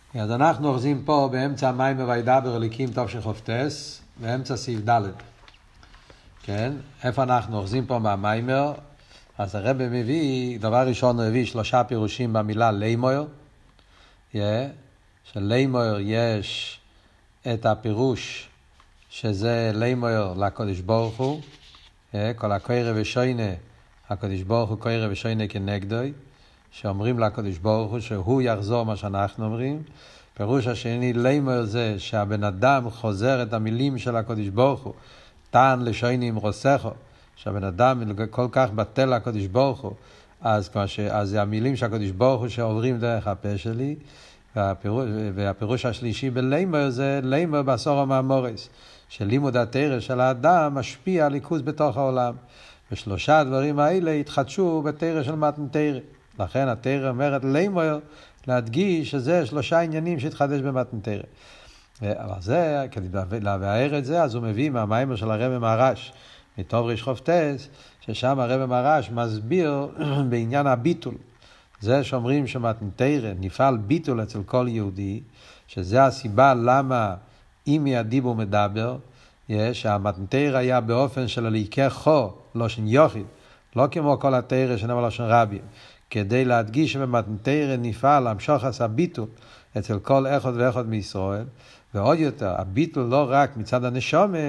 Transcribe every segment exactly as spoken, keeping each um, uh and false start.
אז אנחנו אוחזים פה באמצע המים וידבר אליקים טוב שחופטס, באמצע סעיף ד'. כן? איפה אנחנו אוחזים פה מהמיימר? אז הרב מביא, דבר ראשון הוא הביא שלושה פירושים במילה לימויר. Yeah. שלימויר יש את הפירוש שזה לימויר לקודש ברוך הוא. Yeah. כל הקוירה ושוינה, הקודש ברוך הוא קוירה ושוינה כנגדוי. שאומרים לקודש ברוך הוא שהוא יחזור מה שאנחנו אומרים. פירוש השני לימויר זה שהבן אדם חוזר את המילים של הקודש ברוך הוא. טען לשוינים רוסכו. שהבן אדם כל כך בטל לקודש ברוך הוא. אז, ש... אז זה המילים של הקודש ברוך הוא שעוברים דרך הפה שלי. והפירוש, והפירוש השלישי בלימויר זה לימויר בעשור המאמורס. שלימוד התורה של האדם משפיע על ליכוז בתוך העולם. ושלושה הדברים האלה התחדשו בתורה של מתן תורה. לכן התורה אומרת לימויר להדגיש שזה שלושה עניינים שהתחדש במתן תורה. אבל זה, כדי להבהר את זה, אז הוא מביא מהמיימר של הרב מהר"ש, מטוב ריש חופטס, ששם הרב מהר"ש מסביר בעניין הביטול. זה שאומרים שמתן תורה נפעל ביטול אצל כל יהודי, שזה הסיבה למה אם ידיבו מדבר, שהמתן תורה היה באופן של הליקח חו, לא שן יוחיד, לא כמו כל התורה שנאמר לא שן רבים. כדי להדגיש שבמתן תורה נפעל המשוך עשה ביטול אצל כל אחד ואחד מישראל, ועוד יותר, הביטול לא רק מצד הנשמה,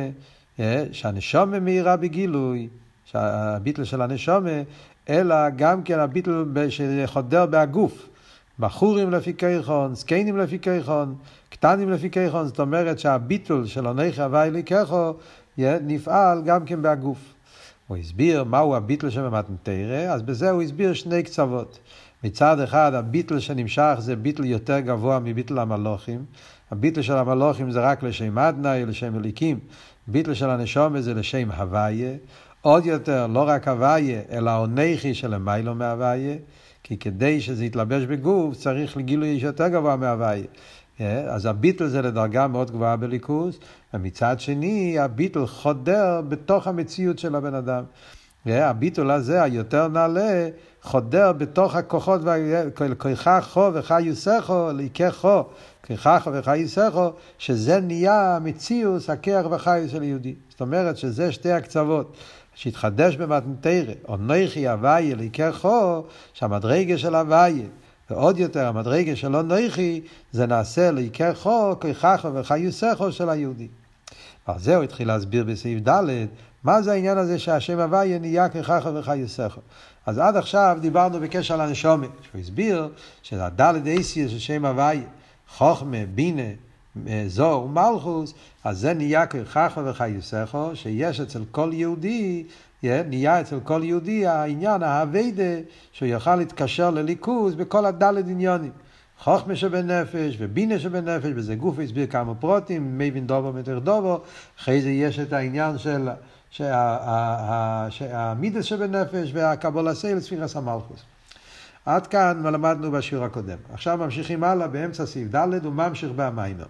שהנשמה מהירה בגילוי, הביטול של הנשמה, אלא גם כן הביטול שחודר בהגוף, בחורים לפי כיכון, זקנים לפי כיכון, קטנים לפי כיכון, זאת אומרת שהביטול של אנכי הווי לקחו נפעל גם כן בהגוף. הוא הסביר מהו הביטל שבמתן תורה, אז בזה הוא הסביר שני קצוות. מצד אחד, הביטל שנמשך זה ביטל יותר גבוה מביטל המלוכים. הביטל של המלוכים זה רק לשם אדנאי, לשם אליקים. ביטל של הנשמה זה לשם הוויה. עוד יותר, לא רק הוויה, אלא העונכי של המיילו מהוויה. כי כדי שזה יתלבש בגוף, צריך לגילוי יותר גבוה מהוויה. אז הביטל זה לדרגה מאוד גבוהה בליכוז, ומצד שני הביטל חודר בתוך המציאות של הבן אדם. הביטל הזה, היותר נעלה, חודר בתוך הכוחות, כיכח חו וחיוסכו, ליקח חו, כיכח חו וחיוסכו, שזה נהיה המציאות, הכיח וחיוס של יהודי. זאת אומרת שזה שתי הקצוות. שהתחדש במתן תורה, אנכי הוויה ליקח חו, שהמדרגה של הוויה, ועוד יותר, המדרגה של אנכי, זה נעשה ליקח חו, כיכח וחיוסכו של היהודי. אז זהו התחיל להסביר בסעיף ד' מה זה העניין הזה שהשם הוויה נהיה כיכח וחיוסכו. אז עד עכשיו דיברנו בקשר לנשמה, שהוא הסביר שהדלת אייסיה של שם הוויה, חוכמה, בינה, זוהר ומלכוס, אז זה נהיה כיכח וחיוסכו, שיש אצל כל יהודי, נהיה אצל כל יהודי העניין, ההווידה, שהוא יוכל להתקשר לליכוז בכל הדלת עניונים. חוכמה שבנפש ובינה שבנפש, וזה גוף הסביר כמה פרוטים, מבין דובו מתר דובו, אחרי זה יש את העניין של המידס שבנפש והקבולה סייל ספירס המלכוס. עד כאן למדנו בשיעור הקודם. עכשיו ממשיכים הלאה באמצע סעיף ד' וממשיך במיימר.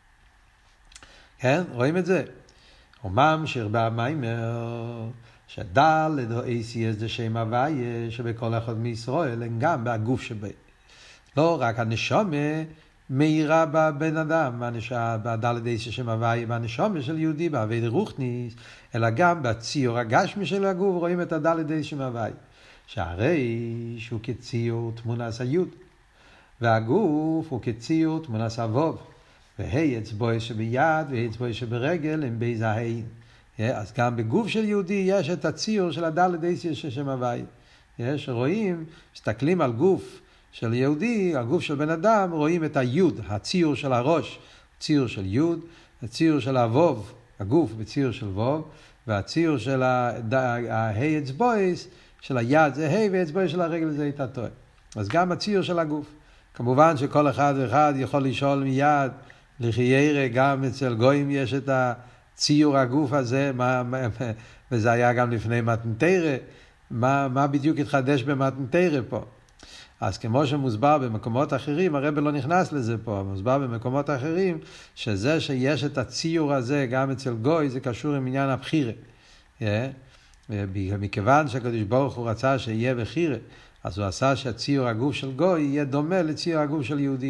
כן, רואים את זה? וממשיך במיימר שד' או אי סי אס זה שם הוויה שבכל אחד מישראל הם גם בגוף שבה. לא רק הנשמה מהירה בבן אדם, בד' אי סי שם הוויה בנשמה של יהודי, בעבד רוחניס, אלא גם בציור הגשמי של הגוף רואים את הד' אי סי שם הוויה. שהרי שהוא כציור תמונס היוד, והגוף הוא כציור תמונס הווב, והי אצבוי שביד והי אצבוי שברגל הם בי זהין. אז גם בגוף של יהודי יש את הציור של הדלת אייסיה של שם הוויה. שרואים, מסתכלים על גוף של יהודי, על גוף של בן אדם, רואים את היוד, הציור של הראש, ציור של יוד, הציור של הווב, הגוף בציור של ווב, והציור של ההי אצבויס, של היד זה ה' ואצבע של הרגל זה איתה טועה. אז גם הציור של הגוף. כמובן שכל אחד ואחד יכול לשאול מיד, לחיירה, גם אצל גויים יש את הציור הגוף הזה, מה, מה, וזה היה גם לפני מתן תורה, מה, מה בדיוק התחדש במתן תורה פה. אז כמו שמוסבר במקומות אחרים, הרב לא נכנס לזה פה, מוסבר במקומות אחרים, שזה שיש את הציור הזה גם אצל גוי, זה קשור עם עניין הבחירה. Yeah. מכיוון שהקדוש ברוך הוא רצה שיהיה בחירה, אז הוא עשה שהציור הגוף של גוי יהיה דומה לציור הגוף של יהודי.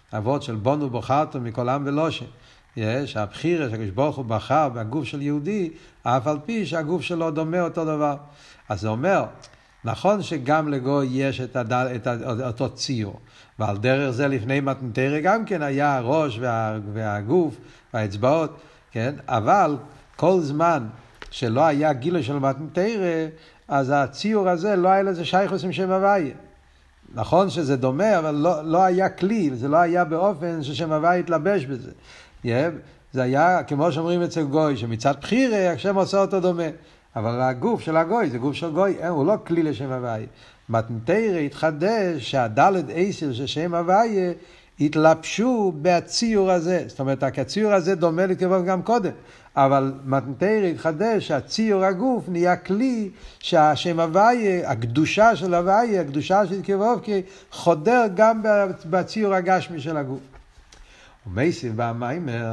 אבות של בונו בוחרתו מכל עם ולושן. יש, הבחירה שהקדוש ברוך הוא בחר בגוף של יהודי, אף על פי שהגוף שלו דומה אותו דבר. אז זה אומר, נכון שגם לגוי יש את, הדל, את אותו ציור, ועל דרך זה לפני מתנתרא גם כן היה הראש וה, והגוף והאצבעות, כן? אבל כל זמן שלא היה גילוי של מתנתרא, אז הציור הזה לא היה לזה שייכות עם שם הוויה. נכון שזה דומה, אבל לא, לא היה כלי, זה לא היה באופן ששם הוויה התלבש בזה. Yeah, זה היה, כמו שאומרים אצל גוי, שמצד בחירה, השם עושה אותו דומה. אבל הגוף של הגוי, זה גוף של גוי, הוא לא כלי לשם הוויה. מתנתרא התחדש שהדלת עשר של שם הוויה התלבשו בציור הזה. זאת אומרת, הציור הזה דומה לכיוון גם קודם. אבל מתנתרא התחדש שהציור הגוף נהיה כלי שהשם הוויה, הקדושה של הוויה, הקדושה של כיוון, חודר גם בציור הגשמי של הגוף. ומייסיב במיימר,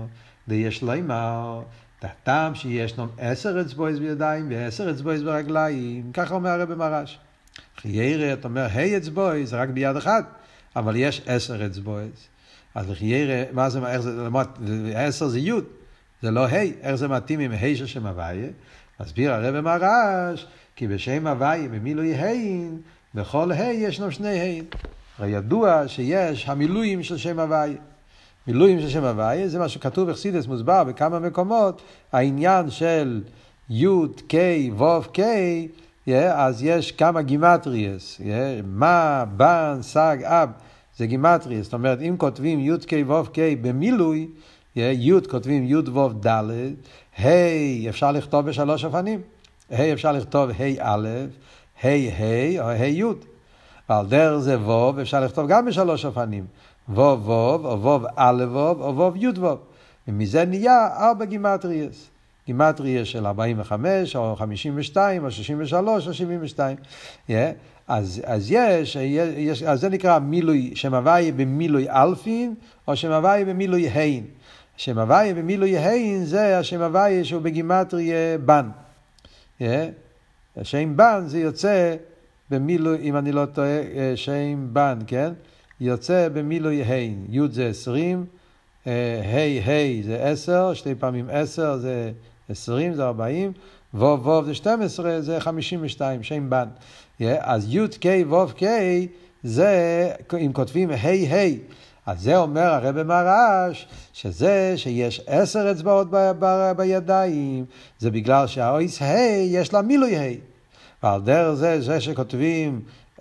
ויש לומר, טעם שיש לנו עשר אצבעות בידיים ועשר אצבעות ברגליים, ככה אומר הרב מרש. חיירה, אתה אומר, היי אצבעות, זה רק ביד אחת, אבל יש עשר אצבעות. אז חיירה, מה זה, איך זה, עשר זה יוד, זה לא היי, איך זה מתאים עם היי של שם הוויה? מסביר הרב מרש, כי בשם הוויה, במילוי היין, בכל היי יש לנו שני היין. הרי ידוע שיש המילואים של שם הוויה. מילואים של שם הוויה, זה מה שכתוב בחסידות מוסבר בכמה מקומות, העניין של י' ק' ו' ק', אז יש כמה גימטריאס, מה, בן, סג, אב, זה גימטריאס, זאת אומרת, אם כותבים י' ק' ו' ק' במילוי, י' כותבים י' ו' ד', ה' אפשר לכתוב בשלוש אופנים, ה' אפשר לכתוב ה' א', ה' ה' או ה' י', ועל דרך זה ו' אפשר לכתוב גם בשלוש אופנים, ווב ווב, או ווב א' ווב, או ווב י' ווב. ומזה נהיה ארבע גימטריאס. גימטריאס של ארבעים וחמש, או חמישים ושתיים, או שישים ושלוש, או שבעים ושתיים. Yeah. אז, אז יש, יש, אז זה נקרא מילוי, שם הוויה במילוי אלפין, או שם הוויה במילוי הין. שם הוויה במילוי הין זה השם הוויה שהוא בגימטריה בן. Yeah. שם בן זה יוצא במילוי, אם אני לא טועה, שם בן, כן? יוצא במילוי הין, י' זה עשרים, ה' ה' זה עשר, שתי פעמים עשר זה עשרים, זה ארבעים, ו' ו' זה שתים עשרה, זה חמישים ושתיים, שם בן. אז י' ק' ו' ק' זה, אם כותבים ה' ה', אז זה אומר הרב מרש, שזה שיש עשר אצבעות ב- ב- בידיים, זה בגלל שהאויס ה' יש לה מילוי ה'. ועל דרך זה, זה שכותבים,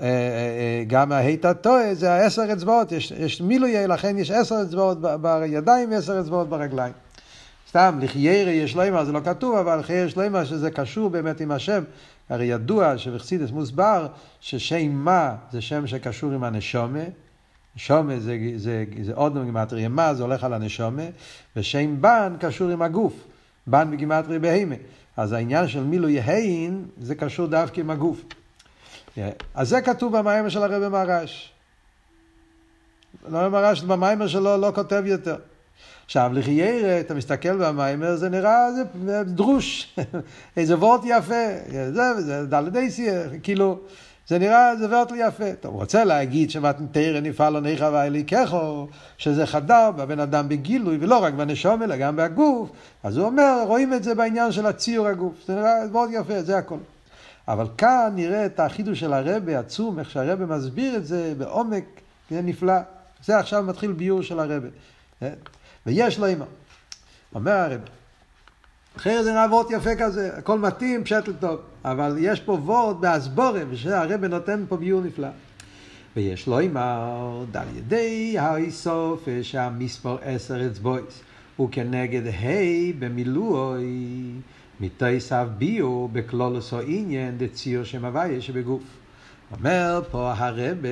גם ההיטטוי זה העשר אצבעות, יש, יש מילוי, לכן יש עשר אצבעות בידיים ועשר אצבעות ברגליים. סתם, לחיירה יש לומר, זה לא כתוב, אבל לחיירה יש לומר שזה קשור באמת עם השם. הרי ידוע שבחסידות מוסבר ששם מה זה שם שקשור עם הנשומה, נשומה זה, זה, זה עוד בגימטריה מה, זה הולך על הנשומה, ושם בן קשור עם הגוף, בן בגימטריה בהימה. אז העניין של מילוי הין זה קשור דווקא עם הגוף. אז זה כתוב במיימר של הרב מרש. הרב מרש במיימר שלו לא כותב יותר. עכשיו לחיירה, אתה מסתכל במיימר, זה נראה, זה דרוש, איזה וורט יפה, זה וזה, דלדייסי, כאילו, זה נראה, זה וורט יפה. אתה רוצה להגיד שמתנתרא נפעל עניך ואליקךו, שזה חדר בבן אדם בגילוי, ולא רק בנשום, אלא גם בגוף, אז הוא אומר, רואים את זה בעניין של הציור הגוף, זה נראה וורט יפה, זה הכל. אבל כאן נראה את החידוש של הרבי עצום, איך שהרבי מסביר את זה בעומק, זה נפלא. זה עכשיו מתחיל ביור של הרבי. ויש לו אימא. אומר הרבי, אחרי זה נראה וורט יפה כזה, הכל מתאים, פשטל טוב. אבל יש פה וורט בהסבורם, ושהרבי נותן פה ביור נפלא. ויש לו אימא, דל ידי האיסוף, שהמספר עשר אצבויס, וכנגד ה' במילואי, מתייסף ביו בכלולוס או עניין דציור שם הוויה שבגוף. אומר פה הרבי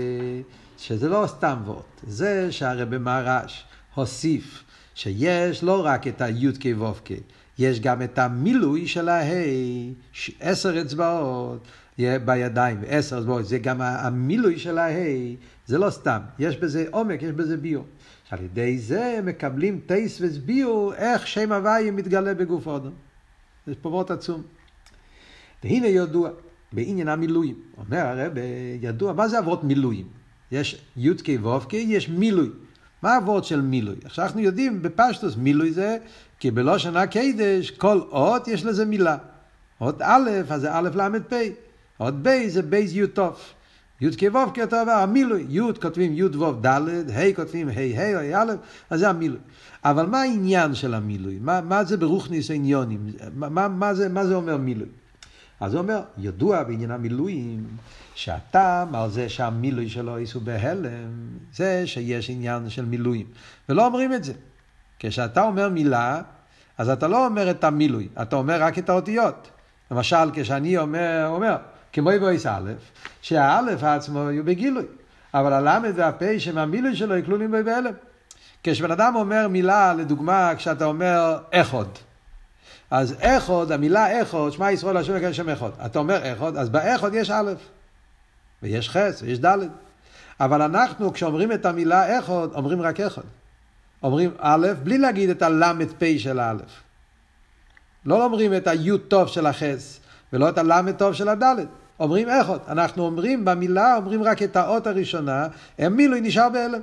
שזה לא סתם וורט, זה שהרבי מרש הוסיף שיש לא רק את הי' ק' ו' ק', יש גם את המילוי של ההי, עשר אצבעות בידיים, עשר אצבעות, זה גם המילוי של ההי, זה לא סתם, יש בזה עומק, יש בזה ביו. על ידי זה מקבלים טייס וסביו איך שם הוויה מתגלה בגוף אדם. זה פה וורט עצום. והנה ידוע, בעניין המילואים, אומר הרב, ידוע, מה זה עברות מילואים? יש יודקי וובקי, יש מילוי. מה הוורד של מילוי? עכשיו אנחנו יודעים בפשטוס, מילוי זה, כי בלושן הקדש, כל אות יש לזה מילה. אות א', אז זה א' למד פ'. אות ב' זה בייז י' תוף. י' כו' כאותו דבר, המילוי. י' כותבים י' ו' ד', ה' כותבים ה' ה' או ה' א', אז זה המילוי. אבל מה העניין של המילוי? מה, מה זה ברוכניס העניונים? מה, מה, זה, מה זה אומר מילוי? אז הוא אומר, ידוע בעניין המילואים, שהטעם על זה שהמילוי שלו ייסו בהלם, זה שיש עניין של מילואים. ולא אומרים את זה. כשאתה אומר מילה, אז אתה לא אומר את המילוי, אתה אומר רק את האותיות. למשל, כשאני אומר, אומר, כמו בויס א', שהאלף עצמו יהיו בגילוי, אבל הלמד והפה שמהמילוי שלו יקלולים בו בהלם. כשבן אדם אומר מילה, לדוגמה, כשאתה אומר אחד, אז אחד, המילה אחד, שמע ישראל השם יקרא שם אחד. אתה אומר אחד, אז באחד יש א', ויש חס, ויש ד'. אבל אנחנו, כשאומרים את המילה אחד, אומרים רק אחד. אומרים א', בלי להגיד את הלמד פ' של האלף. לא אומרים את הי' טוב של החס, ולא את הלמד טוב של הד'. אומרים אחד. אנחנו אומרים במילה, אומרים רק את האות הראשונה, המילוי נשאר בהלם.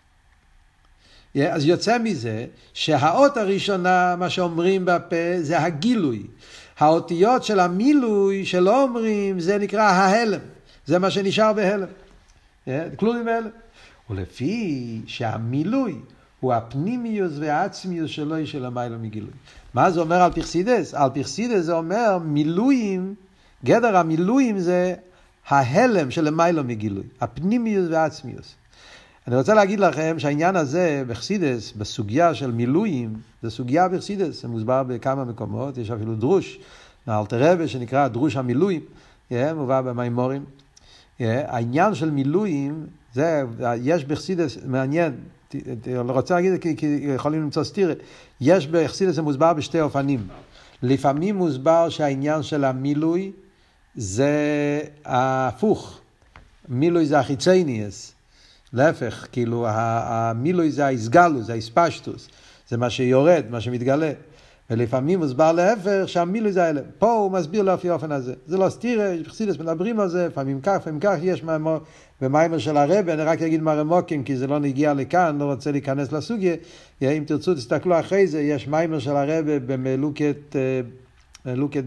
אז יוצא מזה שהאות הראשונה, מה שאומרים בפה, זה הגילוי. האותיות של המילוי שלא אומרים, זה נקרא ההלם. זה מה שנשאר בהלם. כלולים בהלם. ולפי שהמילוי הוא הפנימיוס והעצמיוס שלו של המיילו מגילוי. מה זה אומר על פרסידס? על פרסידס זה אומר מילויים, גדר המילויים זה ההלם של המיילו מגילוי. הפנימיוס והעצמיוס. אני רוצה להגיד לכם שהעניין הזה בחסידס, בסוגיה של מילואים, זה סוגיה בחסידס, זה מוסבר בכמה מקומות, יש אפילו דרוש, האלטר רבי שנקרא דרוש המילואים, מובא במימורים. העניין של מילואים, זה, יש בחסידס, מעניין, אני רוצה להגיד כי, כי יכולים למצוא סתירה, יש בחסידס זה מוסבר בשתי אופנים. לפעמים מוסבר שהעניין של המילוי זה ההפוך, מילוי זה החיצייניאס, להפך, כאילו המילוי זה ההסגלוס, זה ההספשטוס, זה מה שיורד, מה שמתגלה. ולפעמים מוסבר להפך שהמילוי זה האלה. פה הוא מסביר לפי האופן הזה. זה לא סתירה, בחסידות מדברים על זה, לפעמים כך, לפעמים כך, יש במיימר של הרבי, אני רק אגיד מרמוקים, כי זה לא נגיע לכאן, לא רוצה להיכנס לסוגיה. אם תרצו, תסתכלו אחרי זה, יש מיימר של הרבי במלוקת, מלוקת,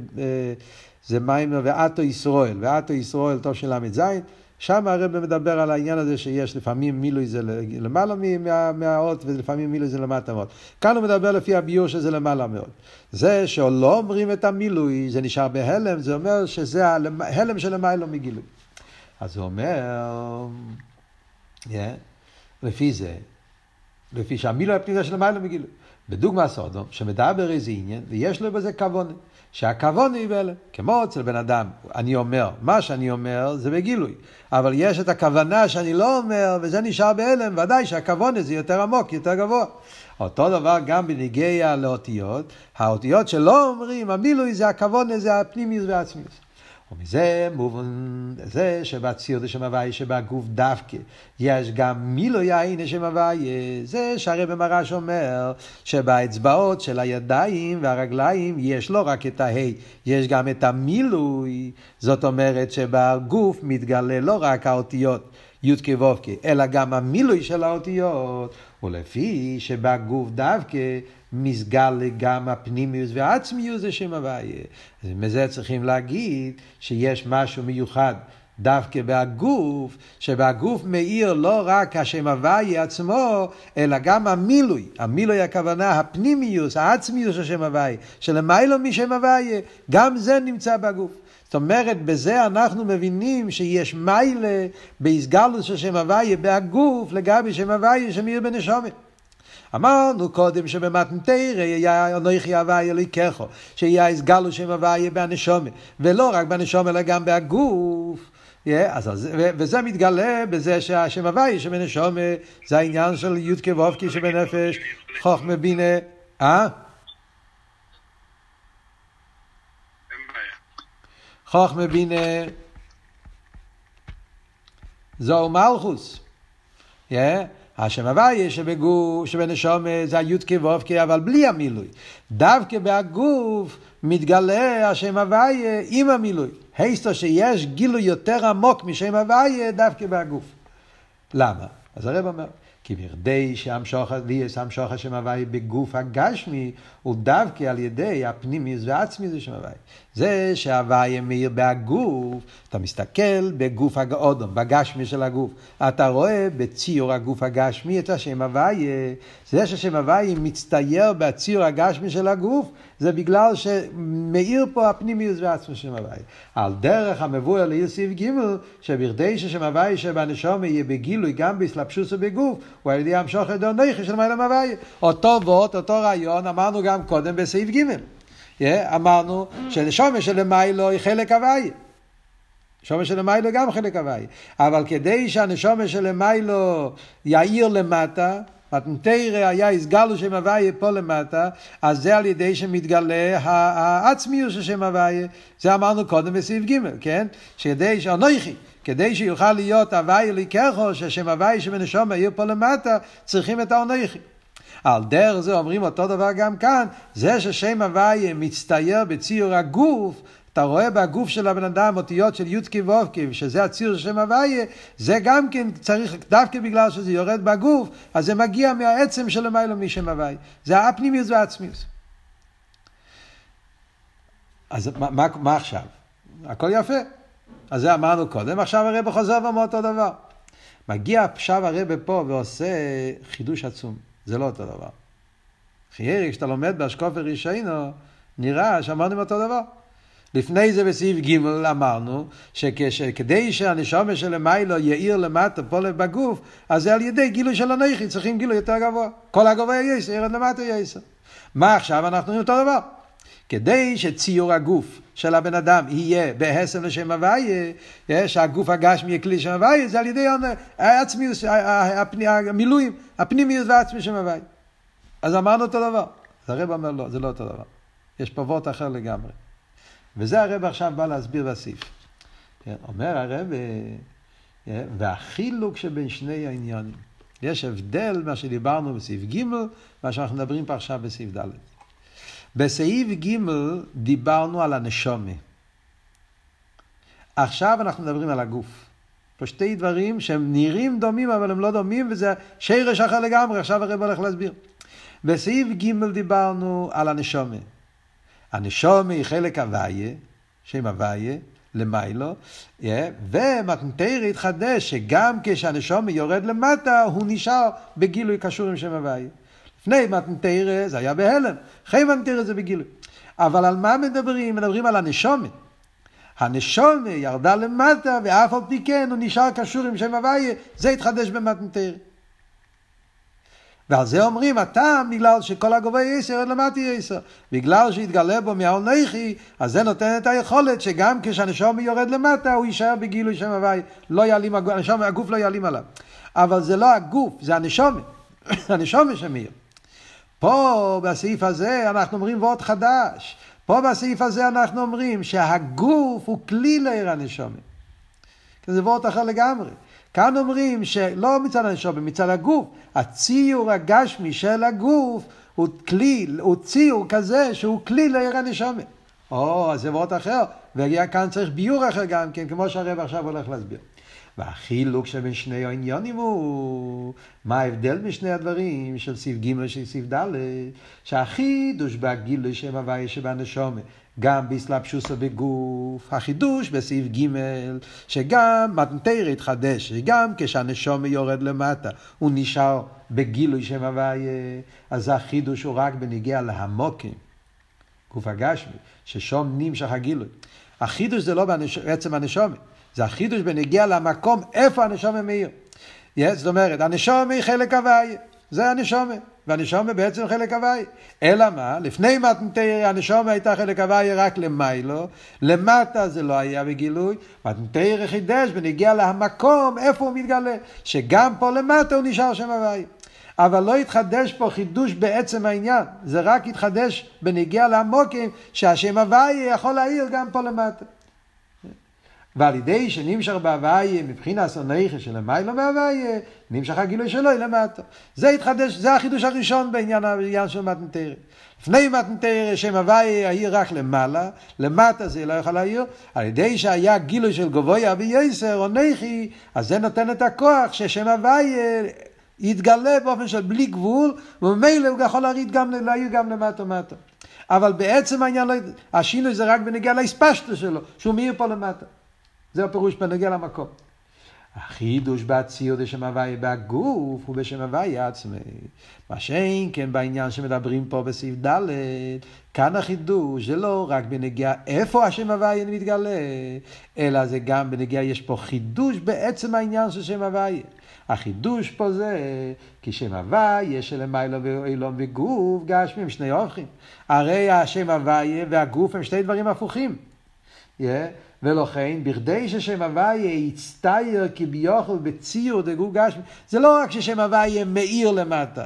זה מיימר ואתו ישראל, ואתו ישראל טוב של למד זין, שם הרב מדבר על העניין הזה שיש לפעמים מילוי זה למעלה מהאות ולפעמים מילוי זה למטה מאוד. כאן הוא מדבר לפי הביור שזה למעלה מאוד. זה שלא אומרים את המילוי, זה נשאר בהלם, זה אומר שזה ההלם של למעלה מגילוי. אז הוא אומר, yeah, לפי זה, לפי שהמילוי הפנימי של למעלה מגילוי. בדוגמה סודום, שמדבר איזה עניין, ויש לו בזה כוונה. שהכוונה היא בהלם, כמו אצל בן אדם, אני אומר, מה שאני אומר זה בגילוי, אבל יש את הכוונה שאני לא אומר, וזה נשאר בהלם, ודאי שהכוונה זה יותר עמוק, יותר גבוה. אותו דבר גם בניגיע לאותיות, האותיות שלא אומרים, המילוי זה הכוונה, זה הפנימיוס והעצמיוס. ומזה מובן זה שבציור שם הוואי שבגוף דווקא יש גם מילוי העין שם הוואי, זה שהרב מרש אומר שבאצבעות של הידיים והרגליים יש לא רק את ההי, יש גם את המילוי. זאת אומרת שבגוף מתגלה לא רק האותיות י' כו' אלא גם המילוי של האותיות, ולפי שבגוף דווקא מסגל גם הפנימיוס והעצמיוס זה שם הוויה. אז מזה צריכים להגיד שיש משהו מיוחד דווקא בהגוף, שבהגוף מאיר לא רק השם הוויה עצמו, אלא גם המילוי. המילוי הכוונה, הפנימיוס, העצמיוס של שם הוויה, שלמיילו משם הוויה, גם זה נמצא בגוף. זאת אומרת, בזה אנחנו מבינים שיש מיילה בהסגלוס של שם הוויה בהגוף לגבי שם הוויה שמאיר בנשומת. אמרנו קודם שבמתנתרא היה אנוכי הוויה אלוהיכך, שיהיה הסגלוס שם הוויה בנשומה, ולא רק בנשומה אלא גם בהגוף. Yeah, אז, וזה מתגלה בזה שהשם הוויה שבנשומה זה העניין של י' כו' שבנפש, חוכמה בינה. אה? חוכמה בינה זו מלכוס. Yeah. השם הוויה שבגוף, שבנשום זה הי' כו' אבל בלי המילוי. דווקא בהגוף מתגלה השם הוויה עם המילוי. היסטו שיש גילוי יותר עמוק משם הוויה דווקא בהגוף. למה? אז הרב אומר, כי בכדי שהמשוך המשוך השם הוואי בגוף הגשמי הוא דווקא על ידי הפנימיוס והעצמיוס השם הוואי. זה שהוואי מאיר בהגוף, אתה מסתכל בגוף האודום, בגשמי של הגוף, אתה רואה בציור הגוף הגשמי את השם הוואי. זה שהשם הוואי מצטייר בציור הגשמי של הגוף, זה בגלל שמאיר פה הפנימיוס והעצמיוס השם הוואי. על דרך המבואר לעיל סעיף ג' שבכדי שהשם הוואי שבנשמה יהיה בגילוי גם בהתלבשות ובגוף, הוא על ידי המשוך הדונכי של מעלה הוואי. אותו ואות, אותו רעיון אמרנו גם קודם בסעיף ג'. Yeah, אמרנו שנשמה שלמיילו היא חלק הוואי. נשמה שלמיילו גם חלק הוואי. אבל כדי שהנשמה שלמיילו יאיר למטה, מתנתרא היה הסגלו שם הוואי פה למטה, אז זה על ידי שמתגלה העצמיות של שם הוואי. זה אמרנו קודם בסעיף ג', כן? שכדי שאנוכי, כדי שיוכל להיות הוואי לקחו, ששם הוואי שבנשמה יאיר פה למטה, צריכים את האנוכי. על דרך זה אומרים אותו דבר גם כאן, זה ששם הוואי מצטייר בציור הגוף, אתה רואה בגוף של הבן אדם אותיות של יודקי וובקי, שזה הציור של שם הוואי, זה גם כן צריך, דווקא בגלל שזה יורד בגוף, אז זה מגיע מהעצם של המיילו משם הוואי. זה הפנימיוס והעצמיוס. אז מה, מה, מה עכשיו? הכל יפה. אז זה אמרנו קודם, עכשיו הרב חוזר ואומר אותו דבר. מגיע עכשיו הרב פה ועושה חידוש עצום. זה לא אותו דבר. חיירי, כשאתה לומד בהשקוף ורישיינו, נראה שאמרנו אותו דבר. לפני זה בסעיף ג' אמרנו, שכדי שהנשמה של המיילו יאיר למטה פה בגוף, אז זה על ידי גילוי של הנכי, צריכים גילוי יותר גבוה. כל הגבוה יסר, ירד למטה יסר. מה עכשיו אנחנו רואים אותו דבר? כדי שציור הגוף של הבן אדם יהיה בהסם לשם הוואי, שהגוף הגשמי יהיה כלי שם הוואי, זה על ידי העצמיוס, המילואים, הפנימיות והעצמי שם הוואי. אז אמרנו אותו דבר. אז הרב אומר לא, זה לא אותו דבר. יש פה וורט אחר לגמרי. וזה הרב עכשיו בא להסביר בסעיף. אומר הרב, והחילוק שבין שני העניינים. יש הבדל מה שדיברנו בסעיף ג' מה שאנחנו מדברים פה עכשיו בסעיף ד'. בסעיף ג' דיברנו על הנשמה. עכשיו אנחנו מדברים על הגוף. פה שתי דברים שהם נראים דומים אבל הם לא דומים, וזה שרש אחר לגמרי. עכשיו הרב הולך להסביר. בסעיף ג' דיברנו על הנשמה. הנשמה היא חלק הוויה, שם הוויה, למיילו, ומתנתרא התחדש שגם כשהנשמה יורד למטה, הוא נשאר בגילוי קשור עם שם הוויה. לפני מתנתרא זה היה בהלם, אחרי מתנתרא זה בגילוי. אבל על מה מדברים? מדברים על הנשמה. הנשמה ירדה למטה, ואף על פי כן הוא נשאר קשור עם שם הוויה, זה התחדש במתנתרא. ועל זה אומרים, הטעם בגלל שכל הגובה יסר ירד למטה יסר. בגלל שהתגלה בו מהאנוכי, אז זה נותן את היכולת שגם כשהנשמה יורד למטה, הוא יישאר בגילוי שם הוואי. לא יעלים, הנשמה, הגוף לא יעלים עליו. אבל זה לא הגוף, זה הנשמה. הנשמה שמיר. פה בסעיף הזה אנחנו אומרים וורט חדש. פה בסעיף הזה אנחנו אומרים שהגוף הוא כלי לעיר הנשמה. זה וורט אחר לגמרי. כאן אומרים שלא מצד הנשמה, מצד הגוף. הציור הגשמי של הגוף הוא כלי, הוא ציור כזה שהוא כלי לעיר הנשמה. או, אז זה וורט אחר. וכאן צריך ביור אחר גם כן, כמו שהרב עכשיו הולך להסביר. והחילוק שבין שני העניינים הוא, מה ההבדל משני הדברים של סעיף ג' ושל סעיף ד', שהחידוש בגילוי שם הוויה שבנשמה, גם בהתלבשות בגוף, החידוש בסעיף ג' שגם מתנתרא התחדש, שגם כשהנשמה יורד למטה, הוא נשאר בגילוי שם הוויה, אז החידוש הוא רק בנגיע להמוקים, גוף הגשמי, ששום נמשך הגילוי. החידוש זה לא בעצם הנשמה, זה החידוש בנגיע למקום איפה הנשמה מאיר. Yes, זאת אומרת, הנשמה היא חלק הוויה, זה הנשמה, והנשמה בעצם חלק הוויה. אלא מה? לפני מתנתרא הנשמה הייתה חלק הוויה רק למיילו, למטה זה לא היה בגילוי, מתנתרא חידש בנגיע למקום איפה הוא מתגלה, שגם פה למטה הוא נשאר שם הוויה. אבל לא התחדש פה חידוש בעצם העניין, זה רק התחדש בנגיע לעמוקים שהשם הוויה יכול להעיר גם פה למטה. ועל ידי שנמשך בהוויה מבחינת הנכס של המיילו בהוויה, נמשך הגילוי שלו למטה. זה התחדש, זה החידוש הראשון בעניין, בעניין של מתנתרא. לפני מתנתרא שם הוויה העיר רק למעלה, למטה זה לא יכול להעיר, על ידי שהיה גילוי של גבוה ויסר או נכי, אז זה נותן את הכוח ששם הוויה יתגלה באופן של בלי גבול, וממילא הוא יכול להעיר גם, להעיר גם למטה מטה. אבל בעצם העניין, השינוי זה רק בנגיע להספשטות שלו, שהוא מאיר פה למטה. זה הפירוש בנגיע למקום. החידוש בציור זה שם הוויה בגוף הוא בשם הוויה עצמי. מה שאין כן בעניין שמדברים פה בסעיף ד', כאן החידוש זה לא רק בנגיע איפה השם הוויה מתגלה, אלא זה גם בנגיע יש פה חידוש בעצם העניין של שם הוויה. החידוש פה זה כי שם הוויה שלמיילו ואילום וגוף גשמי הם שני הופכים. הרי השם הוויה והגוף הם שתי דברים הפוכים. Yeah. ולכן, בכדי ששם הוויה יצטייר כביכול בציור דגוף גשמי, זה לא רק ששם הוויה מאיר למטה.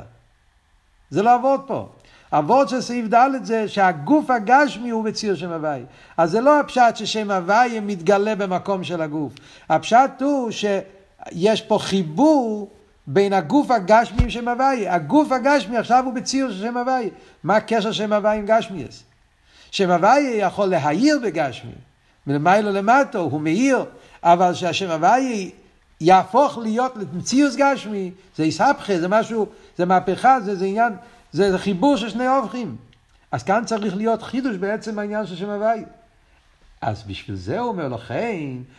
זה לא עבוד פה. עבוד של סעיף ד' זה שהגוף הגשמי הוא בציור שם הוויה. אז זה לא הפשט ששם הוויה מתגלה במקום של הגוף. הפשט הוא שיש פה חיבור בין הגוף הגשמי עם שם הוויה. הגוף הגשמי עכשיו הוא בציור של שם הוויה. מה הקשר שם הוויה עם גשמי? שם הוויה יכול להאיר בגשמי. מלמיילו למטה הוא מאיר, אבל שהשם הוויה יהפוך להיות למציאות גשמי, זה יסהפכה, זה משהו, זה מהפכה, זה, זה עניין, זה, זה חיבור של שני הופכים. אז כאן צריך להיות חידוש בעצם העניין של שם הוויה. אז בשביל זה הוא אומר לכן,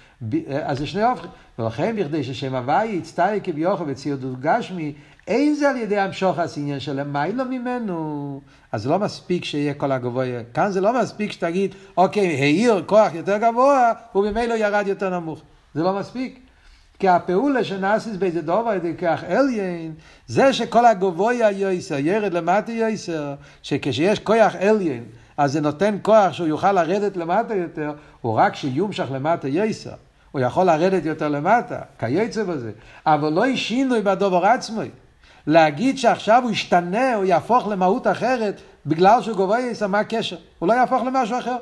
אז זה שני הופכים, ולכן בכדי ששם הוויה יצטייר כביכול בציור גשמי, אין זה על ידי המשוך העניין של למיילו ממנו. אז זה לא מספיק שיהיה כל הגבוה. כאן זה לא מספיק שתגיד, אוקיי, העיר כוח יותר גבוה, ובמילא ירד יותר נמוך. זה לא מספיק. כי הפעולה שנעשית באיזה דבר, ידי כך אליין, זה שכל הגבוה יויסר, ירד למטה יויסר, שכשיש כוח אליין, אז זה נותן כוח שהוא יוכל לרדת למטה יותר, הוא רק שיומשך למטה יויסר. הוא יכול לרדת יותר למטה, כיוצא בזה. אבל לא יש שינוי בדבר עצמו. להגיד שעכשיו הוא ישתנה, הוא יהפוך למהות אחרת, בגלל שהוא גבוה יסע, מה הקשר? הוא לא יהפוך למשהו אחר.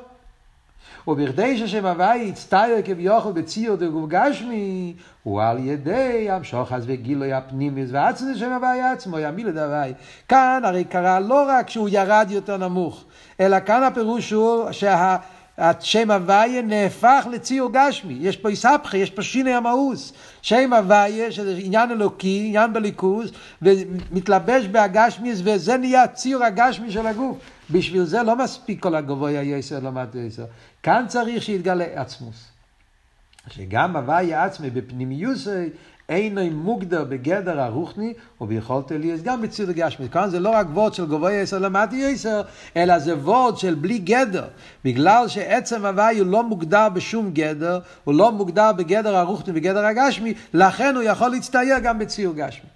ובכדי ששם הוויה יצטייר כביכול בציור דגוף גשמי, הוא על ידי המשוך אז וגילוי הפנימי, ועצם שם הוויה עצמו, ימיל את הוויה. כאן הרי קרה לא רק שהוא ירד יותר נמוך, אלא כאן הפירוש הוא שה... השם הוויה נהפך לציור גשמי. יש פה יסהפכה, יש פה שינוי המהות. שם הוויה, שזה עניין אלוקי, עניין בליכוז, ומתלבש בהגשמי, וזה נהיה ציור הגשמי של הגוף. בשביל זה לא מספיק כל הגבוה יסר למטה יסר. כאן צריך שיתגלה עצמוס. שגם הוויה עצמי בפנימיוס אינו מוגדר בגדר הרוחני, וביכולת אליאס גם בציור הגשמי. כאן זה לא רק וורד של גבוה יסר למטה יסר, אלא זה וורד של בלי גדר. בגלל שעצם הוויה הוא לא מוגדר בשום גדר, הוא לא מוגדר בגדר הרוחני ובגדר הגשמי, לכן הוא יכול להצטייר גם בציור גשמי.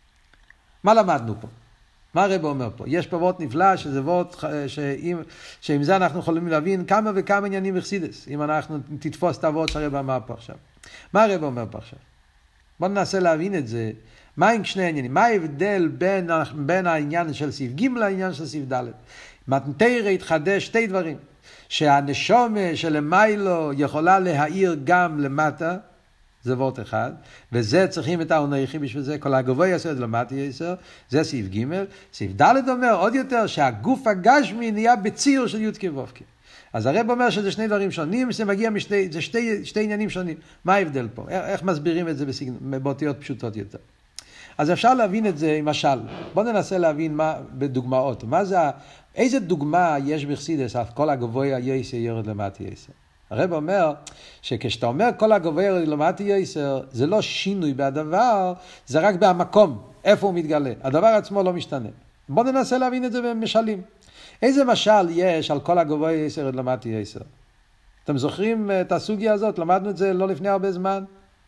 מה למדנו פה? מה הרב אומר פה? יש פה וורט נפלא, שזה וורט שעם, שעם זה אנחנו יכולים להבין כמה וכמה עניינים בחסידות, אם אנחנו תתפוס את הוורט שהרב אמר פה עכשיו. מה הרב אומר פה עכשיו? בואו ננסה להבין את זה. מה עם שני עניינים? מה ההבדל בין, בין העניין של סעיף ג' לעניין של סעיף ד'? מתנתרא התחדש שתי דברים. שהנשומה של מיילו יכולה להאיר גם למטה, זה וורט אחד, וזה צריכים את האונכי בשביל זה, כל הגבוה יסר למטה יסר, זה סעיף ג'. סעיף ד' אומר עוד יותר שהגוף הגשמי נהיה בציור של י' כו'. אז הרב אומר שזה שני דברים שונים, זה מגיע משתי, זה שתי, שתי עניינים שונים. מה ההבדל פה? איך, איך מסבירים את זה באותיות פשוטות יותר? אז אפשר להבין את זה עם משל. בואו ננסה להבין מה, בדוגמאות. מה זה, איזה דוגמה יש בחסידות, כל הגבוה יסר יורד למטה יסר? הרב אומר שכשאתה אומר כל הגבוה יורד למטה יסר, זה לא שינוי בדבר, זה רק במקום, איפה הוא מתגלה. הדבר עצמו לא משתנה. בואו ננסה להבין את זה במשלים. איזה משל יש על כל הגבוה יסר יורד למטה יסר? אתם זוכרים את הסוגיה הזאת? למדנו את זה לא לפני הרבה זמן.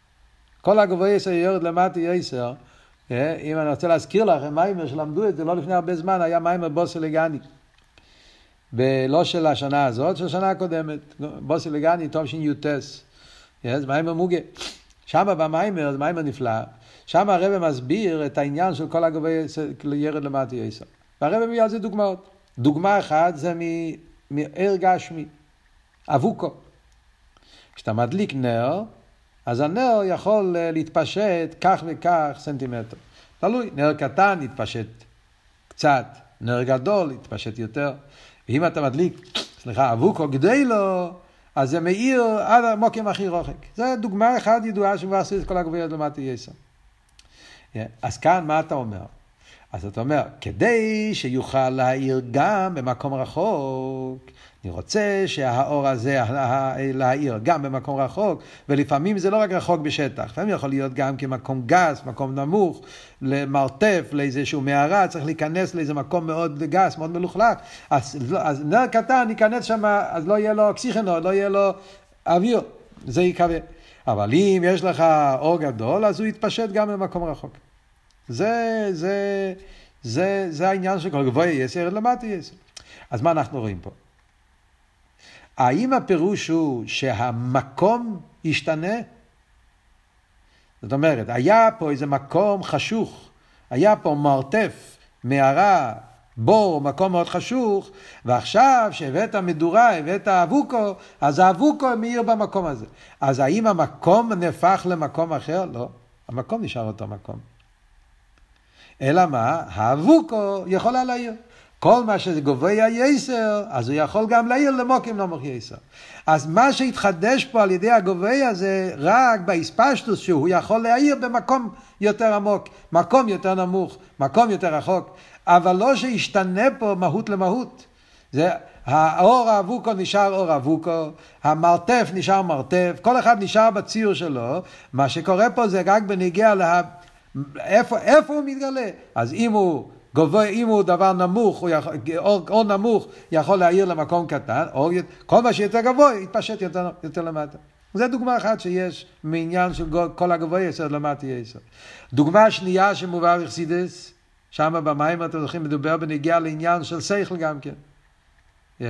כל הגבוה יסר יורד למטה יסר, אם אני רוצה להזכיר לכם, מיימר שלמדו את זה לא לפני הרבה זמן, היה מיימר בוסי לגני. ולא של השנה הזאת, של השנה הקודמת. בוסי לגני, טוב שיוטס. זה מיימר מוגה. שם במיימר, זה מיימר נפלא. שם הרב מסביר את העניין של כל הגבוה ירד למטה יסר. והרב מביא על זה דוגמאות. דוגמה אחת זה מעיר גשמי, אבוקו. כשאתה מדליק נר, אז הנר יכול להתפשט כך וכך סנטימטר. תלוי, נר קטן יתפשט קצת, נר גדול יתפשט יותר. ואם אתה מדליק, סליחה, אבוקו גדלו, אז זה מאיר עד המוקים הכי רוחק. זו דוגמה אחת ידועה שמבאסת את כל הגבוהיות למטה יסר. אז כאן מה אתה אומר? אז אתה אומר, כדי שיוכל להאיר גם במקום רחוק, אני רוצה שהאור הזה להאיר גם במקום רחוק, ולפעמים זה לא רק רחוק בשטח, לפעמים יכול להיות גם כמקום גס, מקום נמוך, למרתף, לאיזשהו מערה, צריך להיכנס לאיזה מקום מאוד גס, מאוד מלוכלך, אז, אז נר קטן ייכנס שם, אז לא יהיה לו אוקסיגן, לא יהיה לו אוויר, זה יקווה. אבל אם יש לך אור גדול, אז הוא יתפשט גם במקום רחוק. זה, זה, זה, זה העניין שכל גבוה יסר, ירד למטה יסר. אז מה אנחנו רואים פה? האם הפירוש הוא שהמקום ישתנה? זאת אומרת, היה פה איזה מקום חשוך, היה פה מרתף, מערה, בור, מקום מאוד חשוך, ועכשיו שהבאת מדורה, הבאת אבוקו, אז האבוקו מאיר במקום הזה. אז האם המקום נהפך למקום אחר? לא, המקום נשאר אותו מקום. אלא מה? האבוקו יכול להעיר. כל מה שגובה יסר, אז הוא יכול גם להעיר למוקים נמוך יסר. אז מה שהתחדש פה על ידי הגובה הזה, רק בהספשטוס שהוא יכול להעיר במקום יותר עמוק, מקום יותר נמוך, מקום יותר רחוק, אבל לא שישתנה פה מהות למהות. זה, האור האבוקו נשאר אור אבוקו, המרתף נשאר מרתף, כל אחד נשאר בציור שלו. מה שקורה פה זה רק בנגיע לה... איפה, איפה הוא מתגלה? אז אם הוא גבוה, אם הוא דבר נמוך, הוא יכול, אור, אור נמוך יכול להעיר למקום קטן, או כל מה שיותר גבוה יתפשט יותר, יותר למטה. זו דוגמה אחת שיש מעניין של כל הגבוה יסר למטה יסר. דוגמה שנייה שמובא בחסידות, שם במים אתם זוכרים מדובר בנגיעה לעניין של שכל גם כן. Yeah.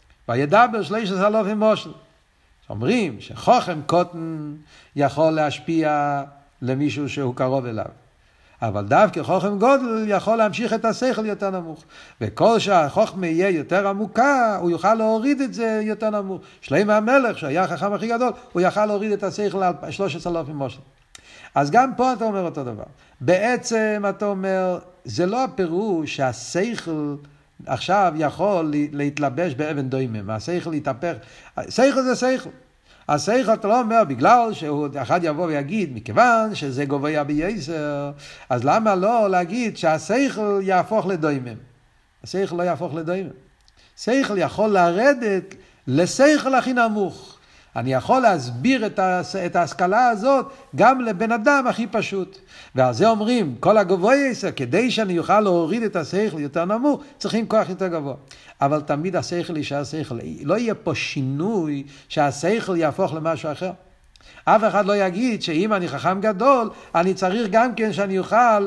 וידבר שלושת אלפים מושל. אומרים שחוכם קוטן יכול להשפיע למישהו שהוא קרוב אליו. אבל דווקא חוכם גודל יכול להמשיך את השכל יותר נמוך. וכל שהחוכמה יהיה יותר עמוקה, הוא יוכל להוריד את זה יותר נמוך. שלמה המלך, שהיה החכם הכי גדול, הוא יוכל להוריד את השכל על שלושת אלפים מושל. אז גם פה אתה אומר אותו דבר. בעצם אתה אומר, זה לא הפירוש שהשכל עכשיו יכול להתלבש באבן דוימם. השכל יתהפך. שכל זה שכל. השכל אתה לא אומר, בגלל שהוא אחד יבוא ויגיד, מכיוון שזה גובה בייסר, אז למה לא להגיד שהשכל יהפוך לדוימם? השכל לא יהפוך לדוימם. שכל יכול לרדת לשכל הכי נמוך. אני יכול להסביר את, הס... את ההשכלה הזאת גם לבן אדם הכי פשוט. ועל זה אומרים, כל הגבוה יסר, כדי שאני אוכל להוריד את השכל יותר נמוך, צריכים כוח יותר גבוה. אבל תמיד השכל יישאר שכל. לא יהיה פה שינוי שהשכל יהפוך למשהו אחר. אף אחד לא יגיד שאם אני חכם גדול, אני צריך גם כן שאני אוכל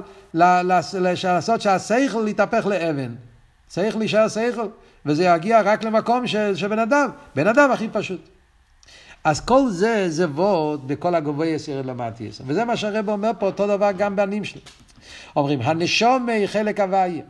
לעשות שהשכל יתהפך לאבן. שכל יישאר שכל, וזה יגיע רק למקום של, של בן אדם. בן אדם הכי פשוט. אז כל זה, זה ווד בכל הגבוה יסר למטה יסר. וזה מה שהרב אומר פה, אותו דבר גם בנים שלו. אומרים, הנשמה היא חלק הוויה.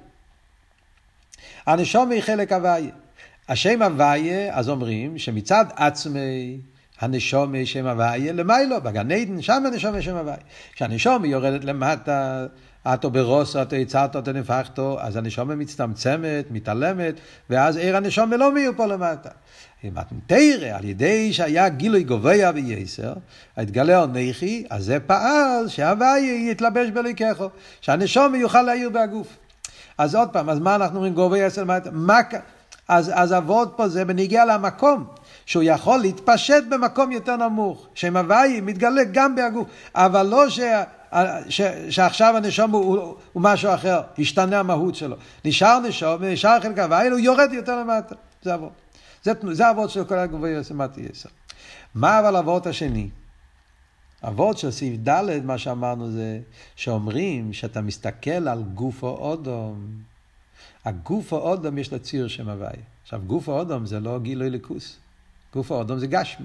הנשמה היא חלק הוויה. השם הוויה, אז אומרים, שמצד עצמי, הנשמה היא שם הוויה, למיילו, בגן עדן, שם הנשמה היא שם הוויה. כשהנשמה יורדת למטה, אתו ברוסו, אתו יצרתו, אתו נפחתו, אז הנשמה מצטמצמת, מתעלמת, ואז עיר הנשמה לא מיהו פה למטה. אם את מתארה, על ידי שהיה גילוי גבוה בייסר, התגלה אנכי, אז זה פעל שההוויה יתלבש בליקחו, שהנשמה יוכל להעיר בהגוף. אז עוד פעם, אז מה אנחנו אומרים גבוה יסר? מה, אז, אז עבוד פה זה בניגיע למקום, שהוא יכול להתפשט במקום יותר נמוך, שההוויה מתגלה גם בהגוף, אבל לא ש... ש, שעכשיו הנשום הוא, הוא, הוא משהו אחר, השתנה המהות שלו. נשאר נשום, נשאר חלק הוויה, הוא יורד יותר למטה. זה עבוד. זה, זה עבוד של כל הגבוה למטה יסר. מה אבל עבוד השני? עבוד של סעיף ד' מה שאמרנו זה, שאומרים שאתה מסתכל על גוף האודום. הגוף האודום יש לציר שם הוויה. עכשיו גוף האודום זה לא גילוי לקוס. גוף האודום זה גשמי.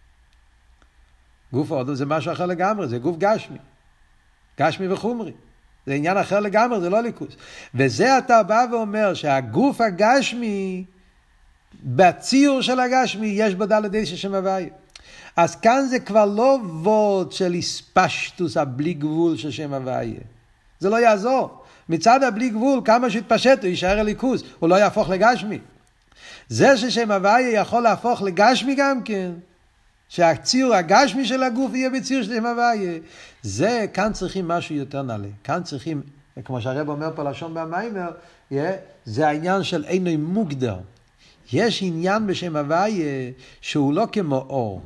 גוף האודום זה משהו אחר לגמרי, זה גוף גשמי. גשמי וחומרי. זה עניין אחר לגמרי, זה לא ליכוס. וזה אתה בא ואומר שהגוף הגשמי, בציור של הגשמי, יש בו דלת איש שם הוויה. אז כאן זה כבר לא וורד של הספשטוס הבלי גבול של שם הוויה. זה לא יעזור. מצד הבלי גבול, כמה שהתפשט, הוא יישאר הליכוס, הוא לא יהפוך לגשמי. זה ששם הוויה יכול להפוך לגשמי גם כן, שהציור הגשמי של הגוף יהיה בציור של שם הוויה, זה, כאן צריכים משהו יותר נעלה. כאן צריכים, כמו שהרב אומר פה לשון במיימר, זה העניין של אינו מוגדר. יש עניין בשם הוויה שהוא לא כמו אור.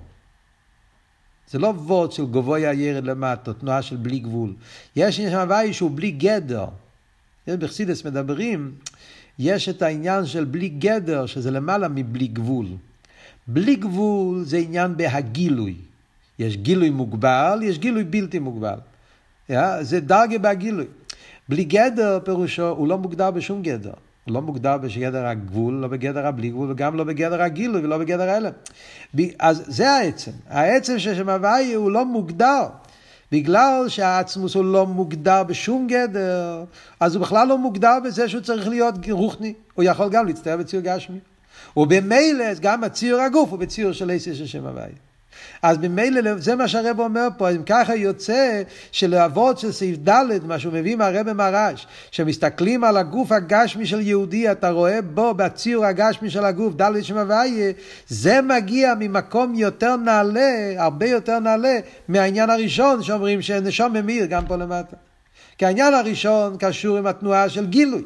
זה לא וורד של גבוה ירד למטה, תנועה של בלי גבול. יש עניין של הוויה שהוא בלי גדר. בחסידות מדברים, יש את העניין של בלי גדר, שזה למעלה מבלי גבול. בלי גבול זה עניין בהגילוי. יש גילוי מוגבל, יש גילוי בלתי מוגבל. זה דרגה בהגילוי. בלי גדר פירושו, הוא לא מוגדר בשום גדר. הוא לא מוגדר בגדר הגבול, לא בגדר הבלי גבול, וגם לא בגדר הגילוי, ולא בגדר האלה. אז זה העצם. העצם ששם הוויה הוא לא מוגדר. בגלל שהעצמוס הוא לא מוגדר בשום גדר, אז הוא בכלל לא מוגדר בזה שהוא צריך להיות רוחני. הוא יכול גם להצטער בציור גשמי. ובמילא גם הציור הגוף הוא בציור של עשר של שם הוויה. אז במילא זה מה שהרב אומר פה, אם ככה יוצא שלעבוד של סעיף ד' מה שהוא מביא מהרב מרש, שמסתכלים על הגוף הגשמי של יהודי, אתה רואה בו בציור הגשמי של הגוף ד' שם הוויה, זה מגיע ממקום יותר נעלה, הרבה יותר נעלה מהעניין הראשון שאומרים שנשום ממיר גם פה למטה. כי העניין הראשון קשור עם התנועה של גילוי,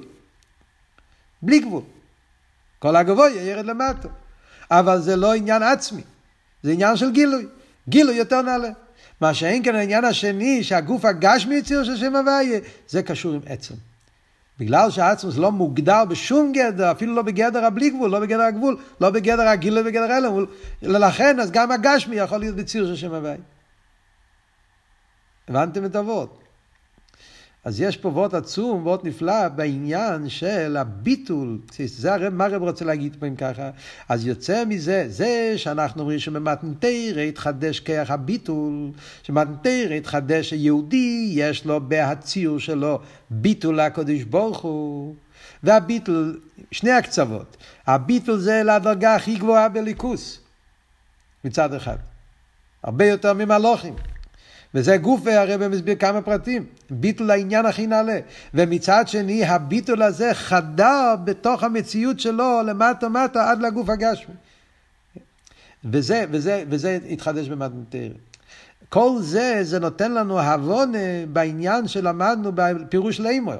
בלי גבול. כל הגבוה ירד למטה. אבל זה לא עניין עצמי. זה עניין של גילוי. גילוי יותר נעלה. מה שאין כאן העניין השני, שהגוף הגשמי יציר של שם הוויה, זה קשור עם עצם. בגלל שהעצמוס לא מוגדר בשום גדר, אפילו לא בגדר הבלי גבול, לא בגדר הגבול, לא בגדר הגילוי, בגדר אלם. לכן, אז גם הגשמי יכול להיות בציר של שם הוויה. הבנתם את הוות? אז יש פה וort עצום, וort נפלא בעניין של הביטול. זה הרב, מה הרב רוצה להגיד פה אם ככה? אז יוצא מזה, זה שאנחנו אומרים שבמתנתרא התחדש כיח הביטול, שמתנתרא התחדש שיהודי יש לו בהציור שלו ביטול לקדוש ברוך הוא. והביטול, שני הקצוות. הביטול זה לדרגה הכי גבוהה בליכוס. מצד אחד. הרבה יותר ממלוכים. וזה גוף, הרב מסביר כמה פרטים. ביטול לעניין הכי נעלה. ומצד שני, הביטול הזה חדר בתוך המציאות שלו, למטה מטה, עד לגוף הגשמי. וזה, וזה, וזה התחדש במתנתרא. כל זה, זה נותן לנו הבונה בעניין שלמדנו בפירוש לאמור.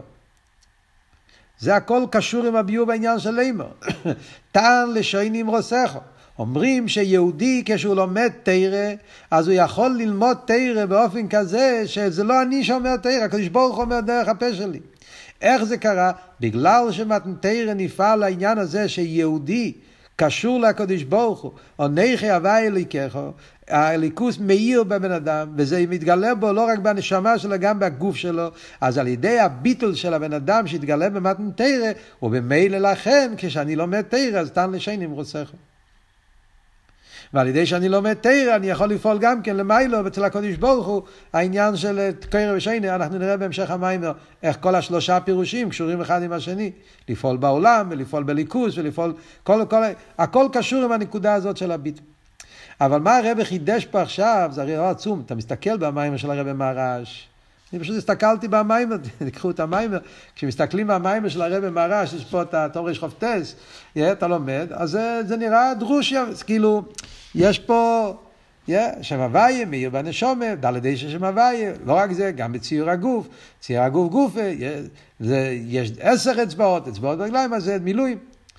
זה הכל קשור עם הביור בעניין של לאמור. תן לשוינים רוסךו. אומרים שיהודי כשהוא לומד תורה, אז הוא יכול ללמוד תורה באופן כזה שזה לא אני שאומר תורה, הקדוש ברוך אומר דרך הפה שלי. איך זה קרה? בגלל שמתנתרא נפעל לעניין הזה שיהודי קשור לקדוש ברוך הוא, או נכי הוויה אלוהיך, הליכוס מאיר בבן אדם, וזה מתגלה בו לא רק בנשמה שלו, גם בגוף שלו. אז על ידי הביטול של הבן אדם שהתגלה במתנתרא, ובמילא לכן כשאני לומד תורה, אז תן לשיינים רוסךו. ועל ידי שאני לומד תורה, אני יכול לפעול גם כן למיילו, אצל הקדוש ברוך הוא, העניין של קרא ושיינה, אנחנו נראה בהמשך המיימר, איך כל השלושה פירושים קשורים אחד עם השני, לפעול בעולם, ולפעול בליכוס, ולפעול, כל, כל, הכל קשור עם הנקודה הזאת של הביטול. אבל מה הרב חידש פה עכשיו, זה הרי לא עצום, אתה מסתכל במיימר של הרב מרש, אני פשוט הסתכלתי במיימר, תיקחו את המיימר, כשמסתכלים במיימר של הרב מרש, יש פה את התורש חופטס, אתה לומד, אז זה, זה נראה דרושיה, כאילו, יש פה שם הוויה, מאיר בנשומה, דלתי של שם הוויה, לא רק זה, גם בציור הגוף, ציור הגוף גופה, יש עשר אצבעות, אצבעות ברגליים, אז זה מילואים.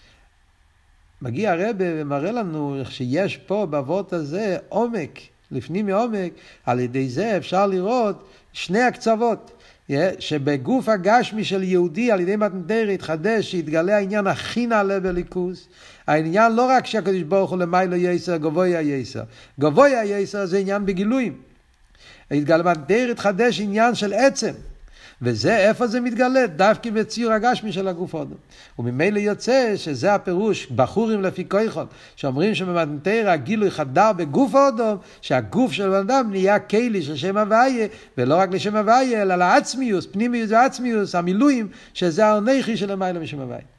מגיע הרב ומראה לנו שיש פה בוות הזה עומק, לפנים מעומק, על ידי זה אפשר לראות שני הקצוות, שבגוף הגשמי של יהודי על ידי מתנתרא התחדש, שהתגלה העניין הכי נעלה בליכוס. העניין לא רק שהקדוש ברוך הוא למיילו יסר, גבוה יסר. גבוה יסר זה עניין בגילויים. מתנתרא התחדש עניין של עצם. וזה, איפה זה מתגלה? דווקא בציור הגשמי של הגוף עוד. וממילא יוצא שזה הפירוש, בחורים לפי כויכון, שאומרים שבמתנתרא הגילוי חדר בגוף עוד, שהגוף של אדם נהיה כלי של שם הוויה, ולא רק לשם הוויה, אלא לעצמיוס, פנימיוס ועצמיוס, המילואים, שזה האנכי של למעלה משם הוויה.